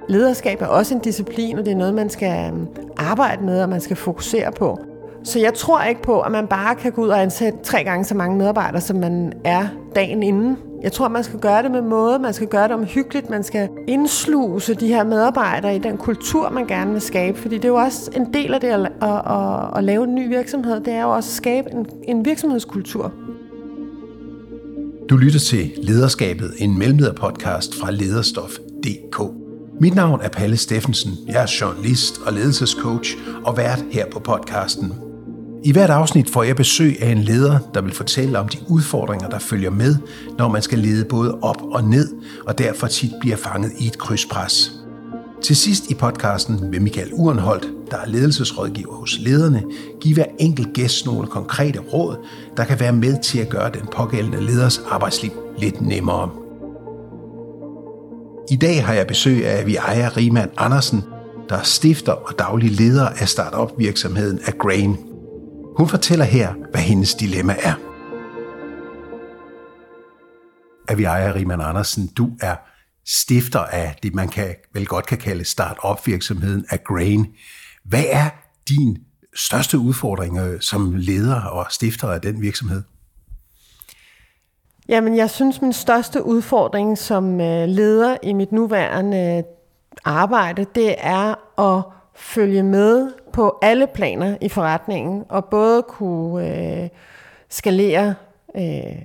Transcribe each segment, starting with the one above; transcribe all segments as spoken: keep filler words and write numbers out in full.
lederskab er også en disciplin, og det er noget, man skal arbejde med, og man skal fokusere på. Så jeg tror ikke på, at man bare kan gå ud og ansætte tre gange så mange medarbejdere, som man er dagen inden. Jeg tror, man skal gøre det med måde, man skal gøre det omhyggeligt, man skal indsluse de her medarbejdere i den kultur, man gerne vil skabe. Fordi det er jo også en del af det at, at, at, at lave en ny virksomhed. Det er jo også at skabe en, en virksomhedskultur. Du lytter til Lederskabet, en mellemlederpodcast fra lederstof punktum d k. Mit navn er Palle Steffensen. Jeg er journalist og ledelsescoach og vært her på podcasten. I hvert afsnit får jeg besøg af en leder, der vil fortælle om de udfordringer, der følger med, når man skal lede både op og ned, og derfor tit bliver fanget i et krydspres. Til sidst i podcasten vil Michael Urenholdt, der er ledelsesrådgiver hos lederne, give hver enkelt gæst nogle konkrete råd, der kan være med til at gøre den pågældende leders arbejdsliv lidt nemmere. I dag har jeg besøg af Aviaja Riemann Andersen, der er stifter og daglig leder af startup-virksomheden Agrain. Hun fortæller her, hvad hendes dilemma er. Aviaja Riemann Andersen, du er stifter af det, man kan, vel godt kan kalde startup-virksomheden Agrain. Hvad er din største udfordring som leder og stifter af den virksomhed? Jamen, jeg synes, min største udfordring som leder i mit nuværende arbejde, det er at følge med på alle planer i forretningen, og både kunne øh, skalere øh,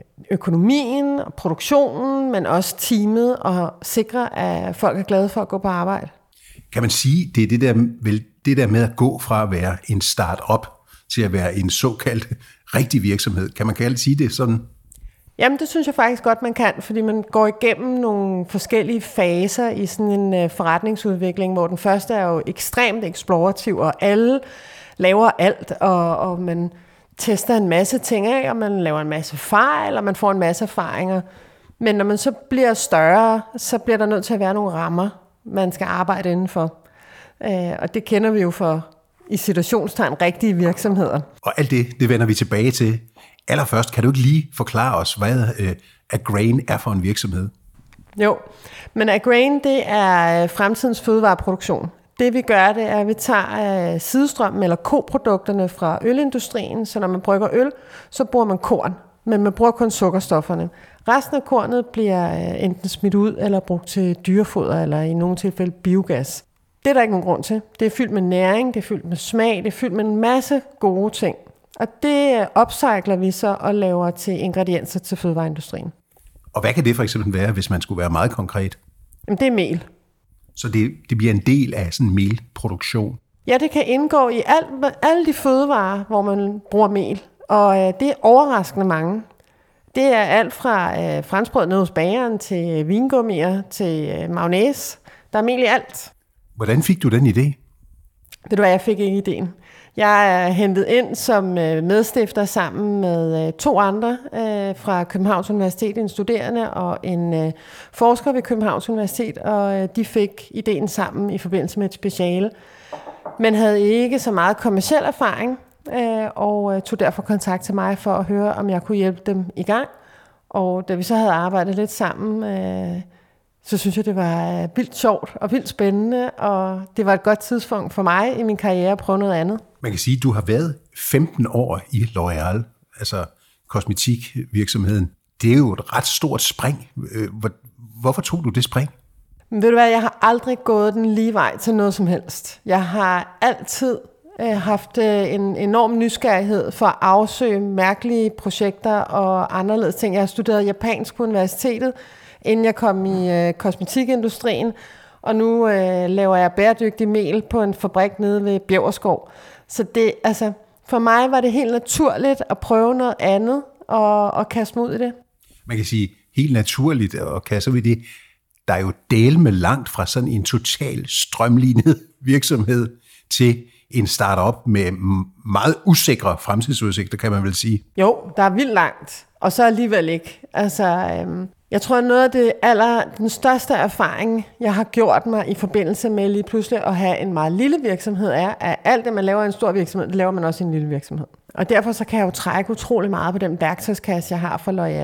økonomien og produktionen, men også teamet, og sikre, at folk er glade for at gå på arbejde. Kan man sige, det er det der, vel, det der med at gå fra at være en start-up til at være en såkaldt rigtig virksomhed? Kan man kalde sige det sådan? Jamen, det synes jeg faktisk godt, man kan, fordi man går igennem nogle forskellige faser i sådan en uh, forretningsudvikling, hvor den første er jo ekstremt eksplorativ, og alle laver alt, og, og man tester en masse ting af, og man laver en masse fejl, og man får en masse erfaringer. Men når man så bliver større, så bliver der nødt til at være nogle rammer, man skal arbejde indenfor. Uh, og det kender vi jo for i situationstegn rigtige virksomheder. Og alt det, det vender vi tilbage til. Allerførst, kan du ikke lige forklare os, hvad øh, Agrain er for en virksomhed? Jo, men Agrain, det er fremtidens fødevareproduktion. Det vi gør, det er, at vi tager øh, sidestrømmen eller koprodukterne fra ølindustrien, så når man brygger øl, så bruger man korn, men man bruger kun sukkerstofferne. Resten af kornet bliver øh, enten smidt ud eller brugt til dyrefoder, eller i nogle tilfælde biogas. Det er der ikke nogen grund til. Det er fyldt med næring, det er fyldt med smag, det er fyldt med en masse gode ting. Og det upcycler vi så og laver til ingredienser til fødevareindustrien. Og hvad kan det for eksempel være, hvis man skulle være meget konkret? Jamen, det er mel. Så det, det bliver en del af sådan en melproduktion? Ja, det kan indgå i alt, alle de fødevarer, hvor man bruger mel. Og øh, det er overraskende mange. Det er alt fra øh, franskbrød nede hos bageren til vingummier til øh, mayonnaise. Der er mel i alt. Hvordan fik du den idé? Ved du hvad, jeg fik ikke idéen. Jeg er hentet ind som medstifter sammen med to andre fra Københavns Universitet, en studerende og en forsker ved Københavns Universitet, og de fik ideen sammen i forbindelse med et speciale, men havde ikke så meget kommerciel erfaring, og tog derfor kontakt til mig for at høre, om jeg kunne hjælpe dem i gang. Og da vi så havde arbejdet lidt sammen, så synes jeg, det var vildt sjovt og vildt spændende, og det var et godt tidspunkt for mig i min karriere at prøve noget andet. Man kan sige, at du har været femten år i L'Oréal, altså kosmetikvirksomheden. Det er jo et ret stort spring. Hvorfor tog du det spring? Men ved du hvad, jeg har aldrig gået den lige vej til noget som helst. Jeg har altid øh, haft øh, en enorm nysgerrighed for at afsøge mærkelige projekter og anderledes ting. Jeg har studeret japansk på universitetet, inden jeg kom i øh, kosmetikindustrien, og nu øh, laver jeg bæredygtig mel på en fabrik nede ved Bjæverskov. Så det, altså, for mig var det helt naturligt at prøve noget andet og, og kaste mig ud i det. Man kan sige, helt naturligt at kaste ud i det. Der er jo dælme langt fra sådan en total strømlignet virksomhed til en startup med meget usikre fremtidsudsigter, kan man vel sige. Jo, der er vildt langt, og så alligevel ikke. Altså, øhm, jeg tror, at noget af det aller, den største erfaring, jeg har gjort mig i forbindelse med lige pludselig at have en meget lille virksomhed, er, at alt det, man laver i en stor virksomhed, det laver man også i en lille virksomhed. Og derfor så kan jeg jo trække utrolig meget på den værktøjskasse, jeg har fra L'Oréal.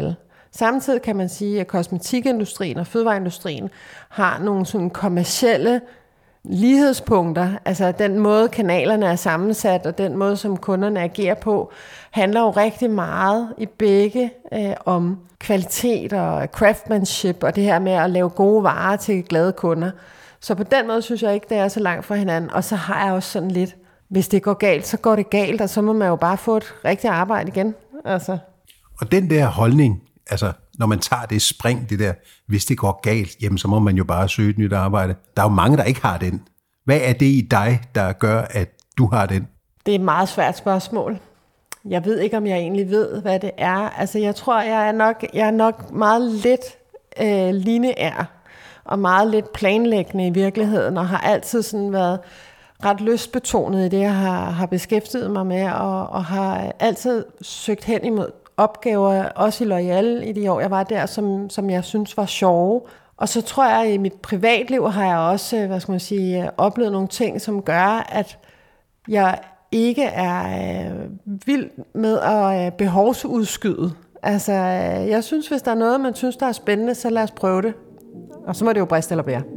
Samtidig kan man sige, at kosmetikindustrien og fødevareindustrien har nogle sådan kommercielle lighedspunkter. Altså den måde, kanalerne er sammensat, og den måde, som kunderne agerer på, handler jo rigtig meget i begge øh, om kvalitet og craftsmanship, og det her med at lave gode varer til glade kunder. Så på den måde synes jeg ikke, det er så langt fra hinanden. Og så har jeg også sådan lidt, hvis det går galt, så går det galt, og så må man jo bare få et rigtigt arbejde igen. Altså. Og den der holdning, altså når man tager det spring, det der, hvis det går galt, jamen så må man jo bare søge et nyt arbejde. Der er jo mange, der ikke har den. Hvad er det i dig, der gør, at du har den? Det er et meget svært spørgsmål. Jeg ved ikke, om jeg egentlig ved, hvad det er. Altså jeg tror, jeg er nok, jeg er nok meget lidt øh, lineær, og meget lidt planlæggende i virkeligheden, og har altid sådan været ret lystbetonet i det, jeg har, har beskæftiget mig med, og, og har altid søgt hen imod opgaver, også i L'Oréal i de år, jeg var der, som, som jeg synes var sjove. Og så tror jeg, at i mit privatliv har jeg også, hvad skal man sige, oplevet nogle ting, som gør, at jeg ikke er øh, vild med at øh, behovsudskyde. Altså, øh, jeg synes, hvis der er noget, man synes, der er spændende, så lad os prøve det. Og så må det jo briste eller bære.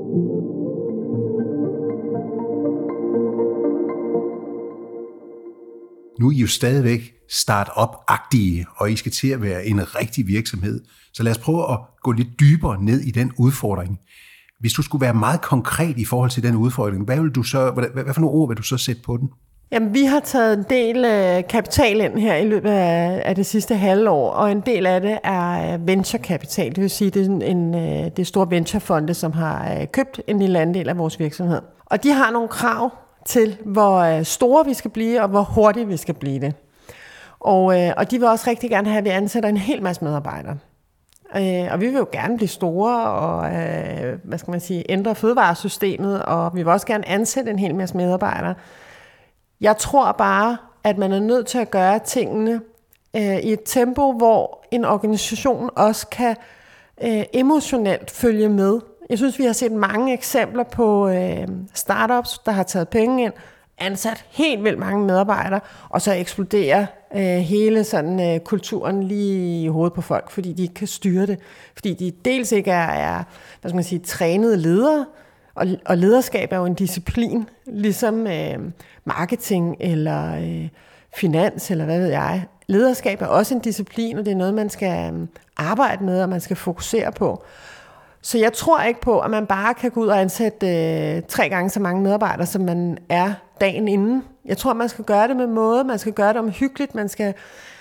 Nu er I jo stadigvæk start-up-agtige, og I skal til at være en rigtig virksomhed. Så lad os prøve at gå lidt dybere ned i den udfordring. Hvis du skulle være meget konkret i forhold til den udfordring, hvad vil du så, hvad, hvad for nogle ord vil du så sætte på den? Jamen, vi har taget en del øh, kapital ind her i løbet af, af det sidste halvår, og en del af det er venturekapital. Det vil sige, det er en, en øh, det er store venturefonde, som har øh, købt en lille andel af vores virksomhed. Og de har nogle krav til, hvor store vi skal blive, og hvor hurtigt vi skal blive det. Og, øh, og de vil også rigtig gerne have, at vi ansætter en hel masse medarbejdere. Øh, og vi vil jo gerne blive store og øh, hvad skal man sige, ændre fødevaresystemet, og vi vil også gerne ansætte en hel masse medarbejdere. Jeg tror bare, at man er nødt til at gøre tingene øh, i et tempo, hvor en organisation også kan øh, emotionelt følge med. Jeg synes, vi har set mange eksempler på øh, startups, der har taget penge ind, ansat helt vildt mange medarbejdere, og så eksploderer øh, hele sådan, øh, kulturen lige i hovedet på folk, fordi de ikke kan styre det. Fordi de dels ikke er, er hvad skal man sige, trænede ledere, og, og lederskab er jo en disciplin, ligesom øh, marketing eller øh, finans, eller hvad ved jeg. Lederskab er også en disciplin, og det er noget, man skal øh, arbejde med, og man skal fokusere på. Så jeg tror ikke på, at man bare kan gå ud og ansætte øh, tre gange så mange medarbejdere, som man er dagen inden. Jeg tror, man skal gøre det med måde, man skal gøre det omhyggeligt, man skal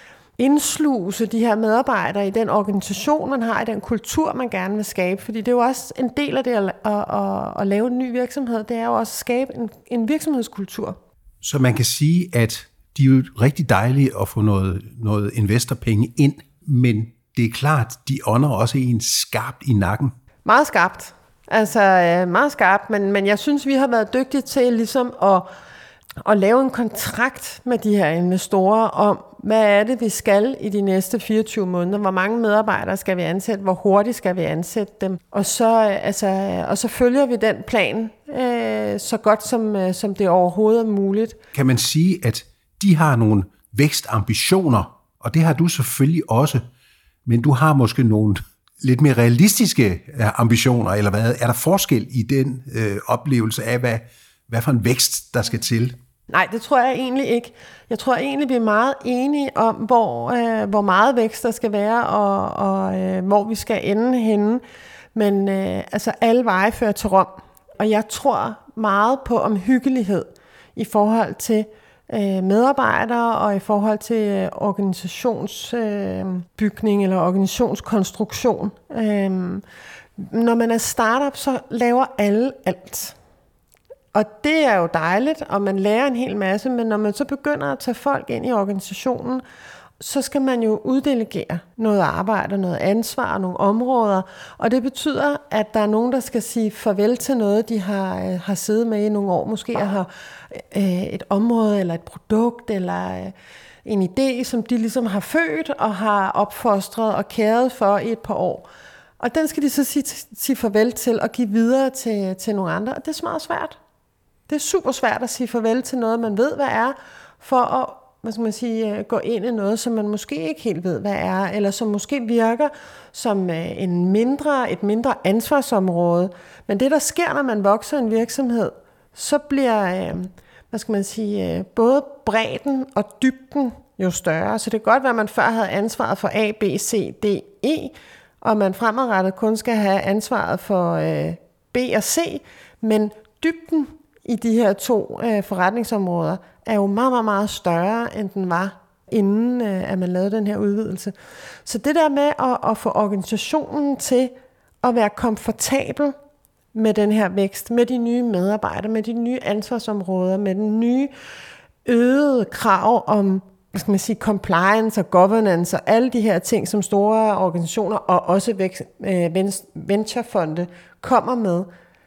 indsluse de her medarbejdere i den organisation, man har, i den kultur, man gerne vil skabe. Fordi det er jo også en del af det at, at, at, at lave en ny virksomhed, det er jo også at skabe en, en virksomhedskultur. Så man kan sige, at de er jo rigtig dejlige at få noget, noget investorpenge ind, men det er klart, de ånder også en skarpt i nakken. Meget skarpt. Altså meget skarpt, men, men jeg synes, vi har været dygtige til ligesom at, at lave en kontrakt med de her investorer om, hvad er det, vi skal i de næste fireogtyve måneder, hvor mange medarbejdere skal vi ansætte, hvor hurtigt skal vi ansætte dem, og så, altså, og så følger vi den plan øh, så godt, som, som det overhovedet er muligt. Kan man sige, at de har nogle vækstambitioner, og det har du selvfølgelig også, men du har måske nogle lidt mere realistiske ambitioner, eller hvad? Er der forskel i den øh, oplevelse af, hvad, hvad for en vækst, der skal til? Nej, det tror jeg egentlig ikke. Jeg tror egentlig, vi er meget enige om, hvor, øh, hvor meget vækst der skal være, og, og øh, hvor vi skal ende henne. Men øh, altså, alle veje fører til Rom. Og jeg tror meget på omhyggelighed i forhold til øh, medarbejdere og i forhold til øh, organisationsbygning øh, eller organisationskonstruktion. Øh, når man er startup, så laver alle alt. Og det er jo dejligt, og man lærer en hel masse, men når man så begynder at tage folk ind i organisationen, så skal man jo uddelegere noget arbejde, noget ansvar og nogle områder. Og det betyder, at der er nogen, der skal sige farvel til noget, de har, har siddet med i nogle år. Måske har øh, et område eller et produkt eller øh, en idé, som de ligesom har født og har opfostret og kæret for i et par år. Og den skal de så sige, sige farvel til og give videre til, til nogle andre. Og det er meget svært. Det er super svært at sige farvel til noget, man ved, hvad er, for at hvad skal man sige, gå ind i noget, som man måske ikke helt ved, hvad er, eller som måske virker som en mindre, et mindre ansvarsområde. Men det, der sker, når man vokser en virksomhed, så bliver, hvad skal man sige, både bredden og dybden jo større. Så det kan godt være, at man før havde ansvaret for A, B, C, D, E, og man fremadrettet kun skal have ansvaret for øh, B og C, men dybden i de her to øh, forretningsområder er jo meget, meget, meget større, end den var, inden øh, at man lavede den her udvidelse. Så det der med at, at få organisationen til at være komfortabel med den her vækst, med de nye medarbejdere, med de nye ansvarsområder, med den nye øgede krav om, hvad skal man sige, compliance og governance og alle de her ting, som store organisationer og også venturefonde kommer med.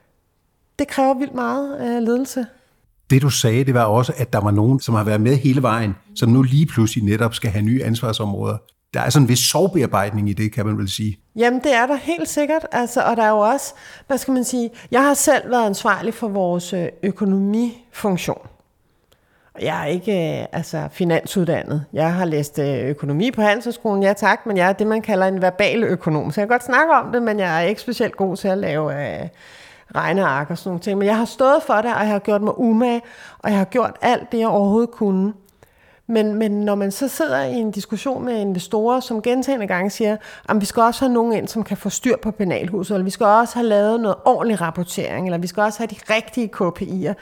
Det kræver vildt meget øh, ledelse. Det du sagde, det var også, at der var nogen, som har været med hele vejen, som nu lige pludselig netop skal have nye ansvarsområder. Der er sådan en vis sorgbearbejdning i det, kan man vel sige. Jamen, det er der helt sikkert. Altså, og der er jo også, hvad skal man sige, jeg har selv været ansvarlig for vores økonomifunktion. Jeg er ikke øh, altså, finansuddannet. Jeg har læst øh, økonomi på Handelshøjskolen, ja tak, men jeg er det, man kalder en verbal økonom. Så jeg kan godt snakke om det, men jeg er ikke specielt god til at lave øh, regneark og sådan nogle ting. Men jeg har stået for det, og jeg har gjort mig umage, og jeg har gjort alt det, jeg overhovedet kunne. Men, men når man så sidder i en diskussion med investorer, som gentagne gange siger, at vi skal også have nogen ind, som kan få styr på penalhuset, eller vi skal også have lavet noget ordentlig rapportering, eller vi skal også have de rigtige K P I'er.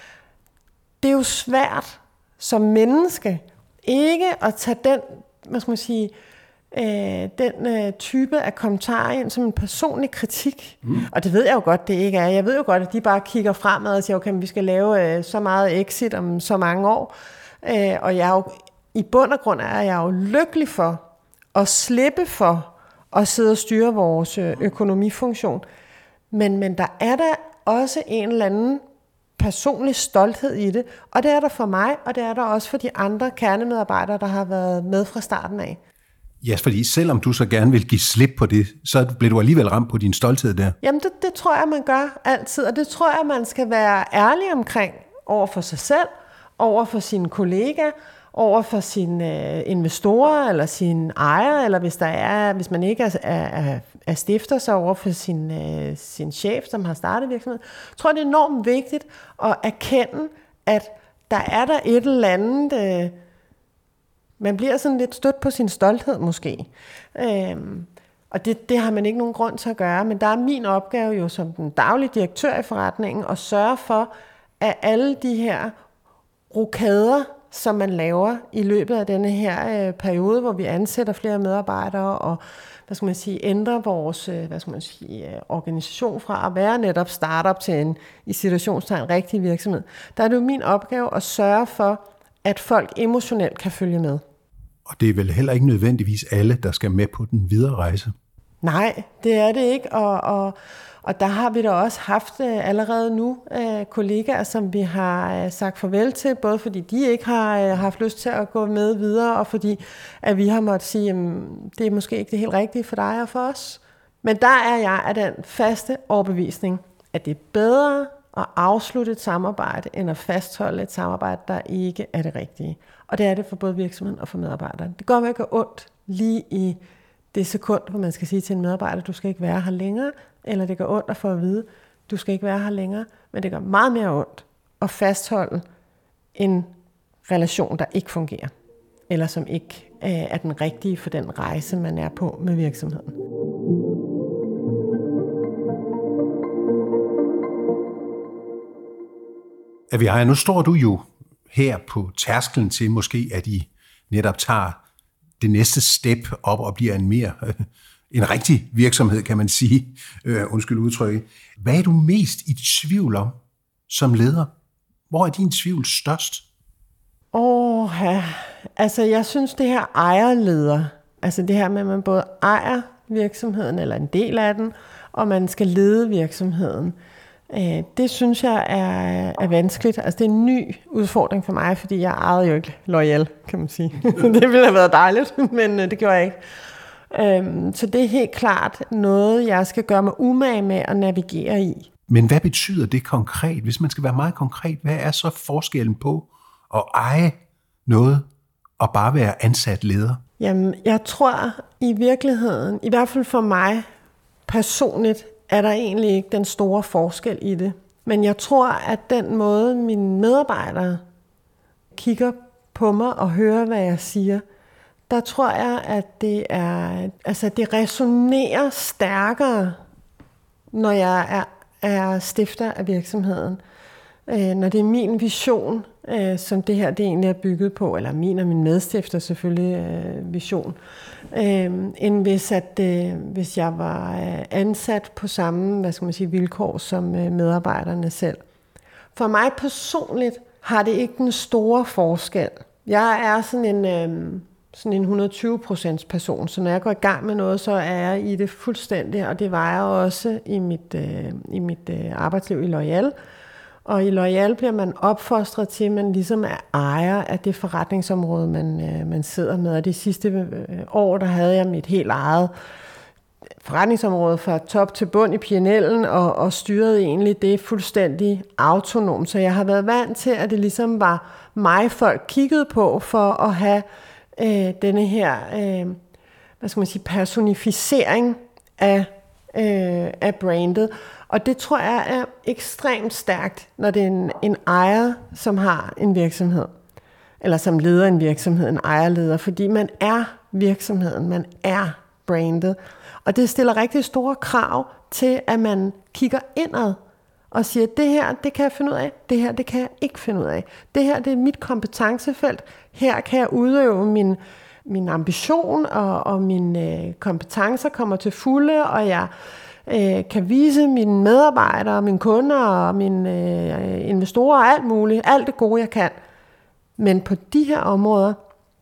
Det er jo svært som menneske ikke at tage den, hvad skal man sige, øh, den øh, type af kommentarer ind som en personlig kritik. Mm. Og det ved jeg jo godt, det ikke er. Jeg ved jo godt, at de bare kigger fremad og siger, okay, vi skal lave øh, så meget exit om så mange år. Øh, og jeg er jo, i bund og grund er jeg jo lykkelig for at slippe for at sidde og styre vores øh, økonomifunktion. Men, men der er der også en eller anden personlig stolthed i det, og det er der for mig, og det er der også for de andre kernemedarbejdere, der har været med fra starten af. Ja, fordi selvom du så gerne vil give slip på det, så bliver du alligevel ramt på din stolthed der. Jamen, det, det tror jeg, man gør altid, og det tror jeg, man skal være ærlig omkring over for sig selv, over for sine kollegaer, over for sine øh, investorer, eller sine ejere, eller hvis, der er, hvis man ikke er, er, er stifter, så over for sin, øh, sin chef, som har startet virksomheden. Jeg tror, det er enormt vigtigt at erkende, at der er der et eller andet, øh, man bliver sådan lidt stødt på sin stolthed måske. Øhm, og det, det har man ikke nogen grund til at gøre, men der er min opgave jo som den daglige direktør i forretningen, at sørge for, at alle de her rokader, som man laver i løbet af denne her øh, periode, hvor vi ansætter flere medarbejdere og, hvad skal man sige, ændrer vores øh, hvad skal man sige, øh, organisation fra at være netop startup til en i situationstegn rigtig virksomhed. Der er det jo min opgave at sørge for, at folk emotionelt kan følge med. Og det er vel heller ikke nødvendigvis alle, der skal med på den videre rejse? Nej, det er det ikke, og, og, og der har vi da også haft uh, allerede nu uh, kollegaer, som vi har uh, sagt farvel til, både fordi de ikke har uh, haft lyst til at gå med videre, og fordi at vi har måttet sige, at det er måske ikke det helt rigtige for dig og for os. Men der er jeg af den faste overbevisning, at det er bedre at afslutte et samarbejde, end at fastholde et samarbejde, der ikke er det rigtige. Og det er det for både virksomheden og for medarbejderne. Det går ikke ondt lige i det sekund, hvor man skal sige til en medarbejder, du skal ikke være her længere, eller det gør ondt at få at vide, du skal ikke være her længere, men det gør meget mere ondt at fastholde en relation, der ikke fungerer, eller som ikke øh, er den rigtige for den rejse, man er på med virksomheden. Aviaja, nu står du jo her på tærsklen til måske, at I netop tager det næste step op og bliver en mere øh, en rigtig virksomhed, kan man sige. Øh, undskyld udtrykket. Hvad er du mest i tvivl om som leder? Hvor er din tvivl størst? Åh, ja. Altså jeg synes det her ejerleder, altså det her med, at man både ejer virksomheden, eller en del af den, og man skal lede virksomheden, det synes jeg er, er vanskeligt. Altså det er en ny udfordring for mig, fordi jeg ejede jo ikke Loyal, kan man sige. Det ville have været dejligt, men det gjorde jeg ikke. Så det er helt klart noget, jeg skal gøre mig umage med at navigere i. Men hvad betyder det konkret? Hvis man skal være meget konkret, hvad er så forskellen på at eje noget at bare være ansat leder? Jamen, jeg tror i virkeligheden, i hvert fald for mig personligt, er der egentlig ikke den store forskel i det. Men jeg tror, at den måde, mine medarbejdere kigger på mig og hører, hvad jeg siger, der tror jeg, at det er, altså det resonerer stærkere, når jeg er, er stifter af virksomheden. Øh, når det er min vision, øh, som det her det egentlig er bygget på, eller min og min medstifter selvfølgelig øh, vision, øh, end hvis, at, øh, hvis jeg var øh, ansat på samme, hvad skal man sige, vilkår som øh, medarbejderne selv. For mig personligt har det ikke den store forskel. Jeg er sådan en, øh, sådan en hundrede og tyve procent person, så når jeg går i gang med noget, så er jeg i det fuldstændig, og det var jeg også i mit, øh, i mit øh, arbejdsliv i Loyal. Og i Loyal bliver man opfostret til, at man ligesom er ejer af det forretningsområde, man, øh, man sidder med. Og de sidste øh, år, der havde jeg mit helt eget forretningsområde fra top til bund i P and L'en, og, og styrede egentlig det fuldstændig autonomt. Så jeg har været vant til, at det ligesom var mig, folk kiggede på for at have øh, denne her øh, hvad skal man sige, personificering af, øh, af brandet. Og det tror jeg er ekstremt stærkt, når det er en, en ejer, som har en virksomhed, eller som leder en virksomhed, en ejerleder, fordi man er virksomheden, man er brandet. Og det stiller rigtig store krav til, at man kigger indad og siger, det her, det kan jeg finde ud af, det her, det kan jeg ikke finde ud af. Det her, det er mit kompetencefelt. Her kan jeg udøve min, min ambition, og, og mine øh, kompetencer kommer til fulde, og jeg øh, kan vise mine medarbejdere, mine kunder og mine øh, investorer og alt muligt, alt det gode, jeg kan. Men på de her områder,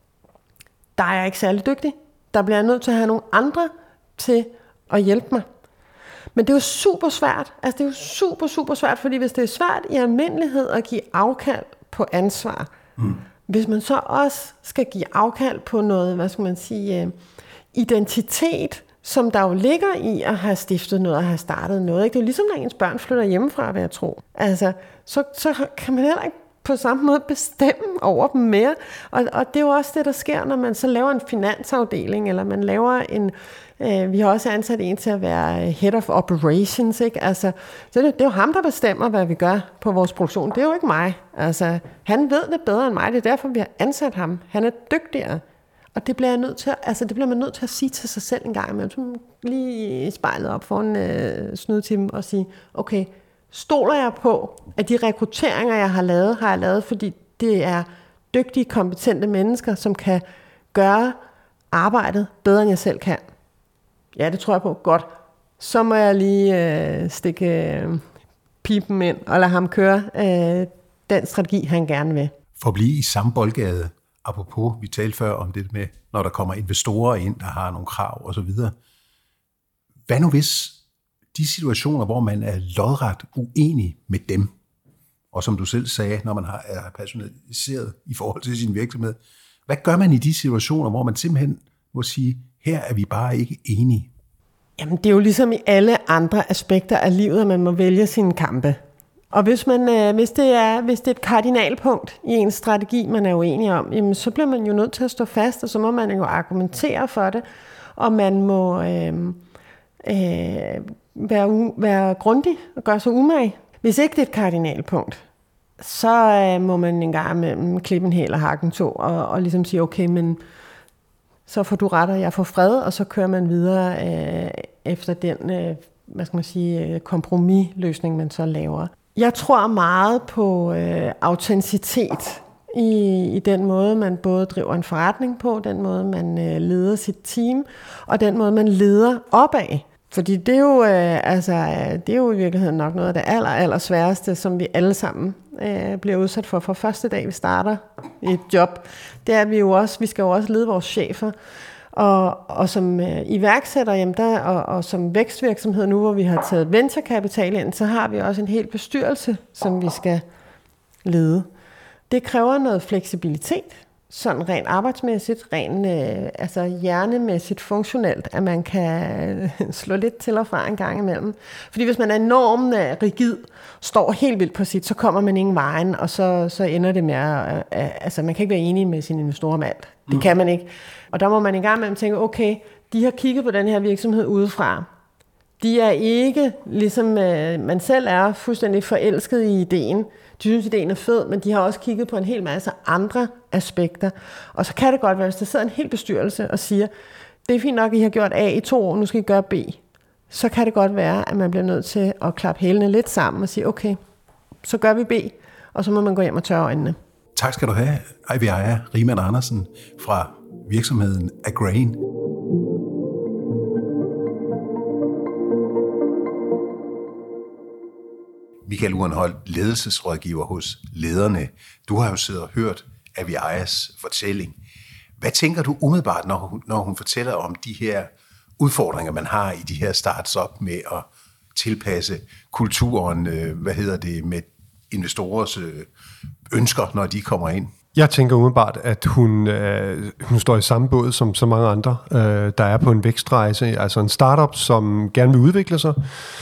der er jeg ikke særlig dygtig. Der bliver jeg nødt til at have nogle andre til at hjælpe mig. Men det er jo super svært. Altså det er jo super, super svært, fordi hvis det er svært i almindelighed at give afkald på ansvar, mm. hvis man så også skal give afkald på noget, hvad skal man sige, identitet, som der jo ligger i at have stiftet noget og have startet noget. Ikke? Det er jo ligesom, når ens børn flytter hjemmefra, vil jeg tro. Altså, så, så kan man heller ikke på samme måde bestemme over dem mere. Og, og det er jo også det, der sker, når man så laver en finansafdeling, eller man laver en... Øh, vi har også ansat en til at være head of operations, ikke? Altså, så det, det er jo ham, der bestemmer, hvad vi gør på vores produktion. Det er jo ikke mig. Altså, han ved det bedre end mig. Det er derfor, vi har ansat ham. Han er dygtigere. Og det bliver, jeg nødt til, altså, det bliver man nødt til at sige til sig selv en gang imellem. Lige i spejlet op foran øh, snydetimen og sige, okay, stoler jeg på, at de rekrutteringer, jeg har lavet, har jeg lavet, fordi det er dygtige, kompetente mennesker, som kan gøre arbejdet bedre, end jeg selv kan. Ja, det tror jeg på. Godt. Så må jeg lige øh, stikke øh, pipen ind og lade ham køre øh, den strategi, han gerne vil. For at blive i samme boldgade, apropos, vi talte før om det med, når der kommer investorer ind, der har nogle krav osv. Hvad nu hvis de situationer, hvor man er lodret uenig med dem, og som du selv sagde, når man har, er personaliseret i forhold til sin virksomhed, hvad gør man i de situationer, hvor man simpelthen må sige, her er vi bare ikke enige? Jamen, det er jo ligesom i alle andre aspekter af livet, at man må vælge sine kampe. Og hvis, man, øh, hvis, det er, hvis det er et kardinalpunkt i en strategi, man er uenig om, jamen, så bliver man jo nødt til at stå fast, og så må man jo argumentere for det, og man må øh, øh, være, u- være grundig og gøre sig umage. Hvis ikke det er et kardinalpunkt, så øh, må man en gang med klippe en hæl og hakke en tå, og, og ligesom sige, okay, men så får du ret, og jeg får fred, og så kører man videre øh, efter den øh, hvad skal man sige, kompromisløsning, man så laver. Jeg tror meget på øh, autenticitet i, i den måde, man både driver en forretning på, den måde, man øh, leder sit team, og den måde, man leder opad. Fordi det er jo, øh, altså, det er jo i virkeligheden nok noget af det aller, aller sværeste, som vi alle sammen øh, bliver udsat for fra første dag, vi starter et job. Det er, at vi jo også, vi skal jo også lede vores chefer. Og, og som øh, iværksætter, jamen der, og, og som vækstvirksomhed nu, hvor vi har taget venturekapital ind, så har vi også en hel bestyrelse, som vi skal lede. Det kræver noget fleksibilitet. sådan rent arbejdsmæssigt, rent øh, altså hjernemæssigt, funktionelt, at man kan slå lidt til og fra en gang imellem. Fordi hvis man er enormt øh, rigid, står helt vildt på sit, så kommer man ingen vejen, og så, så ender det med at, øh, altså man kan ikke være enig med sine investorer om alt. Det mm. kan man ikke. Og der må man i gang med at tænke, okay, de har kigget på den her virksomhed udefra. De er ikke, ligesom øh, man selv er, fuldstændig forelsket i ideen. De synes, ideen er fed, men de har også kigget på en hel masse andre aspekter. Og så kan det godt være, hvis der sidder en hel bestyrelse og siger, det er fint nok, at I har gjort A i to år, nu skal I gøre B. Så kan det godt være, at man bliver nødt til at klappe hælene lidt sammen og sige, okay, så gør vi B, og så må man gå hjem og tørre øjnene. Tak skal du have, Aviaja Riemann Andersen fra virksomheden Agrain. Michael Urenholt, ledelsesrådgiver hos Lederne. Du har jo siddet og hørt Aviajas fortælling. Hvad tænker du umiddelbart, når hun, når hun fortæller om de her udfordringer, man har i de her startup med at tilpasse kulturen, hvad hedder det, med investorers ønsker, når de kommer ind? Jeg tænker umiddelbart, at hun, øh, hun står i samme båd som så mange andre, øh, der er på en vækstrejse. Altså en startup, som gerne vil udvikle sig,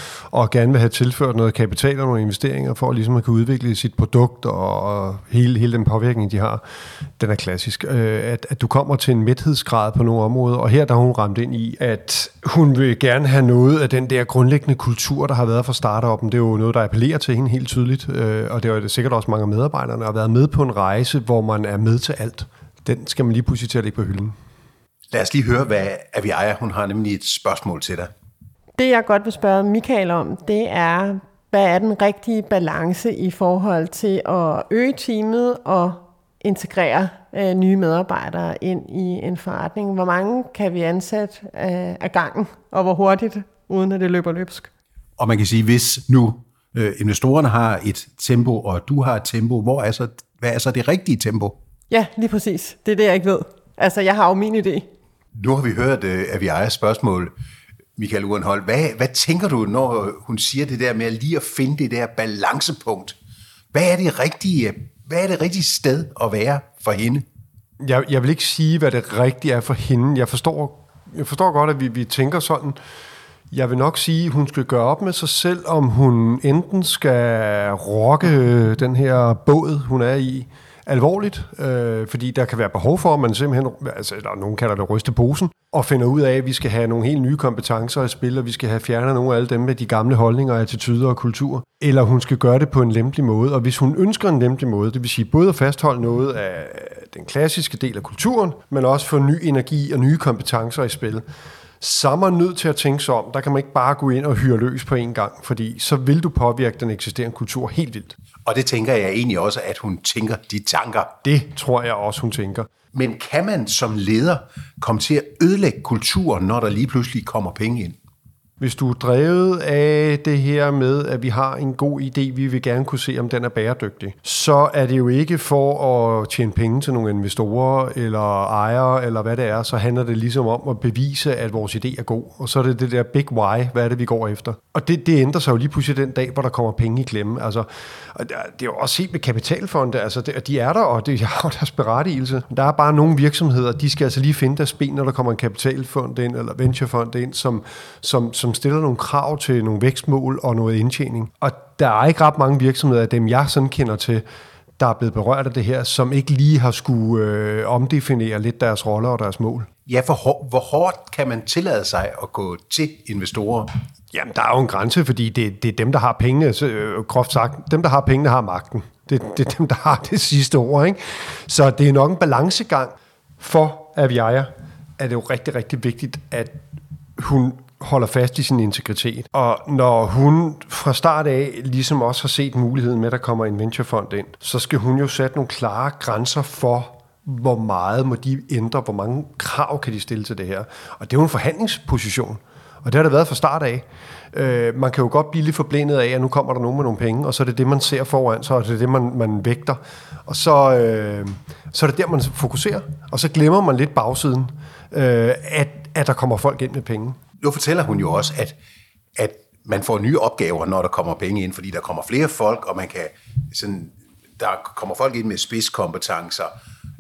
og gerne vil have tilført noget kapital og nogle investeringer, for at ligesom at kunne udvikle sit produkt og, og hele, hele den påvirkning, de har. Den er klassisk. Øh, at, at du kommer til en mæthedsgrad på nogle områder, og her der har hun ramt ind i, at hun vil gerne have noget af den der grundlæggende kultur, der har været for startupen. Det er jo noget, der appellerer til hende helt tydeligt, øh, og det er jo sikkert også mange af medarbejderne, der har været med på en rejse, hvor man er med til alt. Den skal man lige pludselig til at lægge på hylden. Lad os lige høre, hvad Aviaja, hun har nemlig et spørgsmål til dig. Det, jeg godt vil spørge Michael om, det er, hvad er den rigtige balance i forhold til at øge teamet og integrere øh, nye medarbejdere ind i en forretning? Hvor mange kan vi ansætte øh, af gangen, og hvor hurtigt, uden at det løber løbsk? Og man kan sige, hvis nu øh, investorerne har et tempo, og du har et tempo, hvor er så, hvad er så det rigtige tempo? Ja, lige præcis. Det er det, jeg ikke ved. Altså, jeg har jo min idé. Nu har vi hørt øh, Aviajas spørgsmål. Michael Urenholt, hvad, hvad tænker du, når hun siger det der med lige at finde det der balancepunkt? Hvad er det rigtige, hvad er det rigtige sted at være for hende? Jeg, jeg vil ikke sige, hvad det rigtige er for hende. Jeg forstår, jeg forstår godt, at vi, vi tænker sådan. Jeg vil nok sige, at hun skal gøre op med sig selv, om hun enten skal rocke den her båd, hun er i, alvorligt, øh, fordi der kan være behov for, at man simpelthen, altså der nogen kalder det ryste posen, og finder ud af, at vi skal have nogle helt nye kompetencer i spil, og vi skal have fjernet nogle af alle dem med de gamle holdninger, attityder og kultur. Eller hun skal gøre det på en lempelig måde, og hvis hun ønsker en lempelig måde, det vil sige både at fastholde noget af den klassiske del af kulturen, men også få ny energi og nye kompetencer i spil, så er man nødt til at tænke sig om. Der kan man ikke bare gå ind og hyre løs på en gang, fordi så vil du påvirke den eksisterende kultur helt vildt. Og det tænker jeg egentlig også, at hun tænker de tanker. Det tror jeg også, hun tænker. Men kan man som leder komme til at ødelægge kulturen, når der lige pludselig kommer penge ind? Hvis du er drevet af det her med, at vi har en god idé, vi vil gerne kunne se, om den er bæredygtig, så er det jo ikke for at tjene penge til nogle investorer eller ejere, eller hvad det er, så handler det ligesom om at bevise, at vores idé er god. Og så er det det der big why, hvad er det, vi går efter? Og det, det ændrer sig jo lige pludselig den dag, hvor der kommer penge i klemme. Altså, det er jo også set med kapitalfonde, altså det, de er der, og det har jo deres berettigelse. Der er bare nogle virksomheder, de skal altså lige finde deres ben, når der kommer en kapitalfond ind, eller venturefond ind, som, som, som som stiller nogle krav til nogle vækstmål og noget indtjening. Og der er ikke ret mange virksomheder af dem, jeg sådan kender til, der er blevet berørt af det her, som ikke lige har skulle øh, omdefinere lidt deres roller og deres mål. Ja, for hvor hårdt kan man tillade sig at gå til investorer? Jamen, der er jo en grænse, fordi det, det er dem, der har pengene, så, øh, groft sagt. Dem, der har pengene, har magten. Det, det er dem, der har det sidste ord, ikke? Så det er nok en balancegang for Aviaja, at det er jo rigtig, rigtig vigtigt, at hun holder fast i sin integritet. Og når hun fra start af ligesom også har set muligheden med, at der kommer en venturefond ind, så skal hun jo sætte nogle klare grænser for, hvor meget må de ændre, hvor mange krav kan de stille til det her. Og det er jo en forhandlingsposition, og det har det været fra start af. Øh, man kan jo godt blive lidt forblændet af, at nu kommer der nogen med nogle penge, og så er det det, man ser foran sig, og det er det, man, man vægter. Og så, øh, så er det der, man fokuserer, og så glemmer man lidt bagsiden, øh, at, at der kommer folk ind med penge. Nu fortæller hun jo også, at, at man får nye opgaver, når der kommer penge ind, fordi der kommer flere folk, og man kan sådan, der kommer folk ind med spidskompetencer.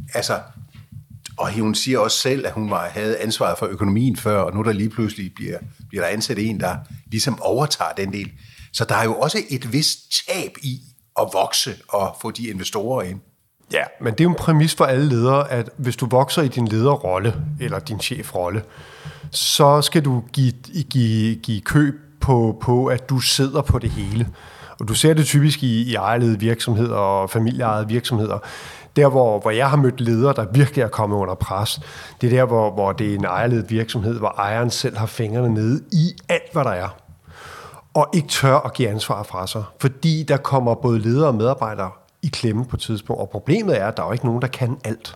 altså, og hun siger også selv, at hun var, havde ansvaret for økonomien før, og nu der lige pludselig bliver, bliver der ansat en, der ligesom overtager den del. Så der er jo også et vist tab i at vokse og få de investorer ind. Ja, men det er jo en præmis for alle ledere, at hvis du vokser i din lederrolle, eller din chefrolle, så skal du give, give, give køb på, på, at du sidder på det hele. Og du ser det typisk i, i ejerledede virksomheder og familieejede virksomheder. Der, hvor, hvor jeg har mødt ledere, der virkelig er kommet under pres, det er der, hvor, hvor det er en ejerledet virksomhed, hvor ejeren selv har fingrene nede i alt, hvad der er. Og ikke tør at give ansvar fra sig. Fordi der kommer både ledere og medarbejdere i klemme på et tidspunkt. Og problemet er, at der er jo ikke nogen, der kan alt.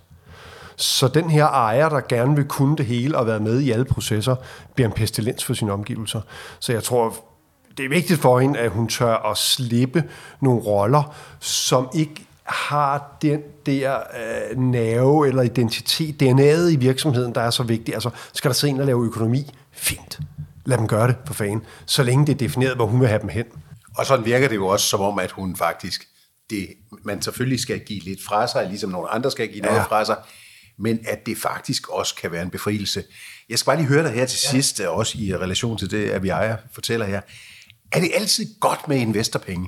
Så den her ejer, der gerne vil kunne det hele og være med i alle processer, bliver en pestilens for sine omgivelser. Så jeg tror, det er vigtigt for hende, at hun tør at slippe nogle roller, som ikke har den der øh, nerve eller identitet, D N A'et i virksomheden, der er så vigtigt. Altså, skal der sidde ind og lave økonomi? Fint. Lad dem gøre det, for fanden. Så længe det er defineret, hvor hun vil have dem hen. Og sådan virker det jo også som om, at hun faktisk, det, man selvfølgelig skal give lidt fra sig, ligesom nogle andre skal give noget ja. fra sig, men at det faktisk også kan være en befrielse. Jeg skal bare lige høre dig her til ja. sidst, også i relation til det, at vi ejer fortæller her. Er det altid godt med investorpenge?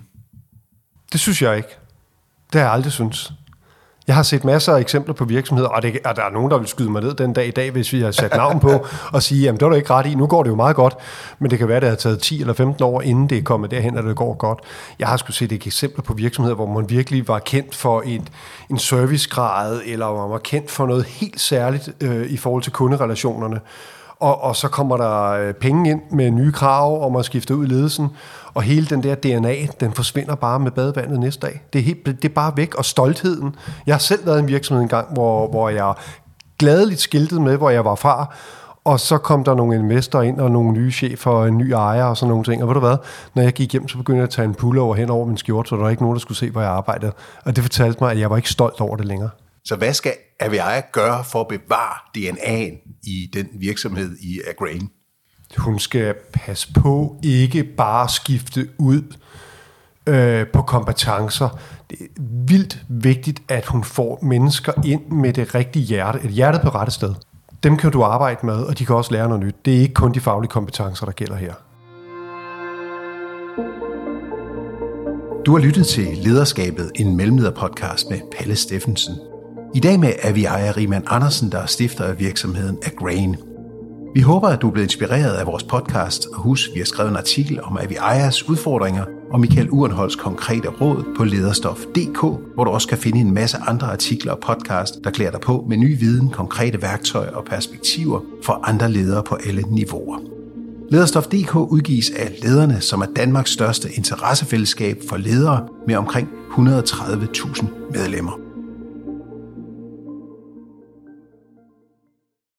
Det synes jeg ikke. Det har jeg aldrig syntes. Jeg har set masser af eksempler på virksomheder, og, det, og der er nogen, der vil skyde mig ned den dag i dag, hvis vi har sat navn på, og sige, jamen det var du ikke ret i, nu går det jo meget godt, men det kan være, det har taget ti eller femten år, inden det er kommet derhen, at det går godt. Jeg har sgu set eksempler på virksomheder, hvor man virkelig var kendt for et, en servicegrad, eller hvor man var kendt for noget helt særligt øh, i forhold til kunderelationerne. Og, og så kommer der penge ind med nye krav, og man skifter ud i ledelsen, og hele den der D N A, den forsvinder bare med badevandet næste dag. Det er, helt, det er bare væk, og stoltheden. Jeg har selv været i en virksomhed engang, hvor, hvor jeg gladeligt skiltede med, hvor jeg var fra, og så kom der nogle investorer ind, og nogle nye chefer, og en ny ejer, og sådan nogle ting. Og ved du hvad, når jeg gik hjem, så begyndte jeg at tage en pullover hen over min skjorte, så der var ikke nogen, der skulle se, hvor jeg arbejdede. Og det fortalte mig, at jeg var ikke stolt over det længere. Så hvad skal A V I gøre for at bevare D N A'en i den virksomhed i Agrain? Hun skal passe på ikke bare skifte ud øh, på kompetencer. Det er vildt vigtigt, at hun får mennesker ind med det rigtige hjerte. Et hjerte på rette sted. Dem kan du arbejde med, og de kan også lære noget nyt. Det er ikke kun de faglige kompetencer, der gælder her. Du har lyttet til Lederskabet, en mellemlederpodcast med Palle Steffensen. I dag med A V I Riemann Andersen, der er stifter af virksomheden Agrain. Vi håber, at du er blevet inspireret af vores podcast, og husk, vi har skrevet en artikel om A V I's udfordringer og Michael Urenholds konkrete råd på lederstof punktum d k, hvor du også kan finde en masse andre artikler og podcast, der klæder dig på med ny viden, konkrete værktøjer og perspektiver for andre ledere på alle niveauer. Lederstof punktum d k udgives af Lederne, som er Danmarks største interessefællesskab for ledere med omkring et hundrede og tredive tusind medlemmer.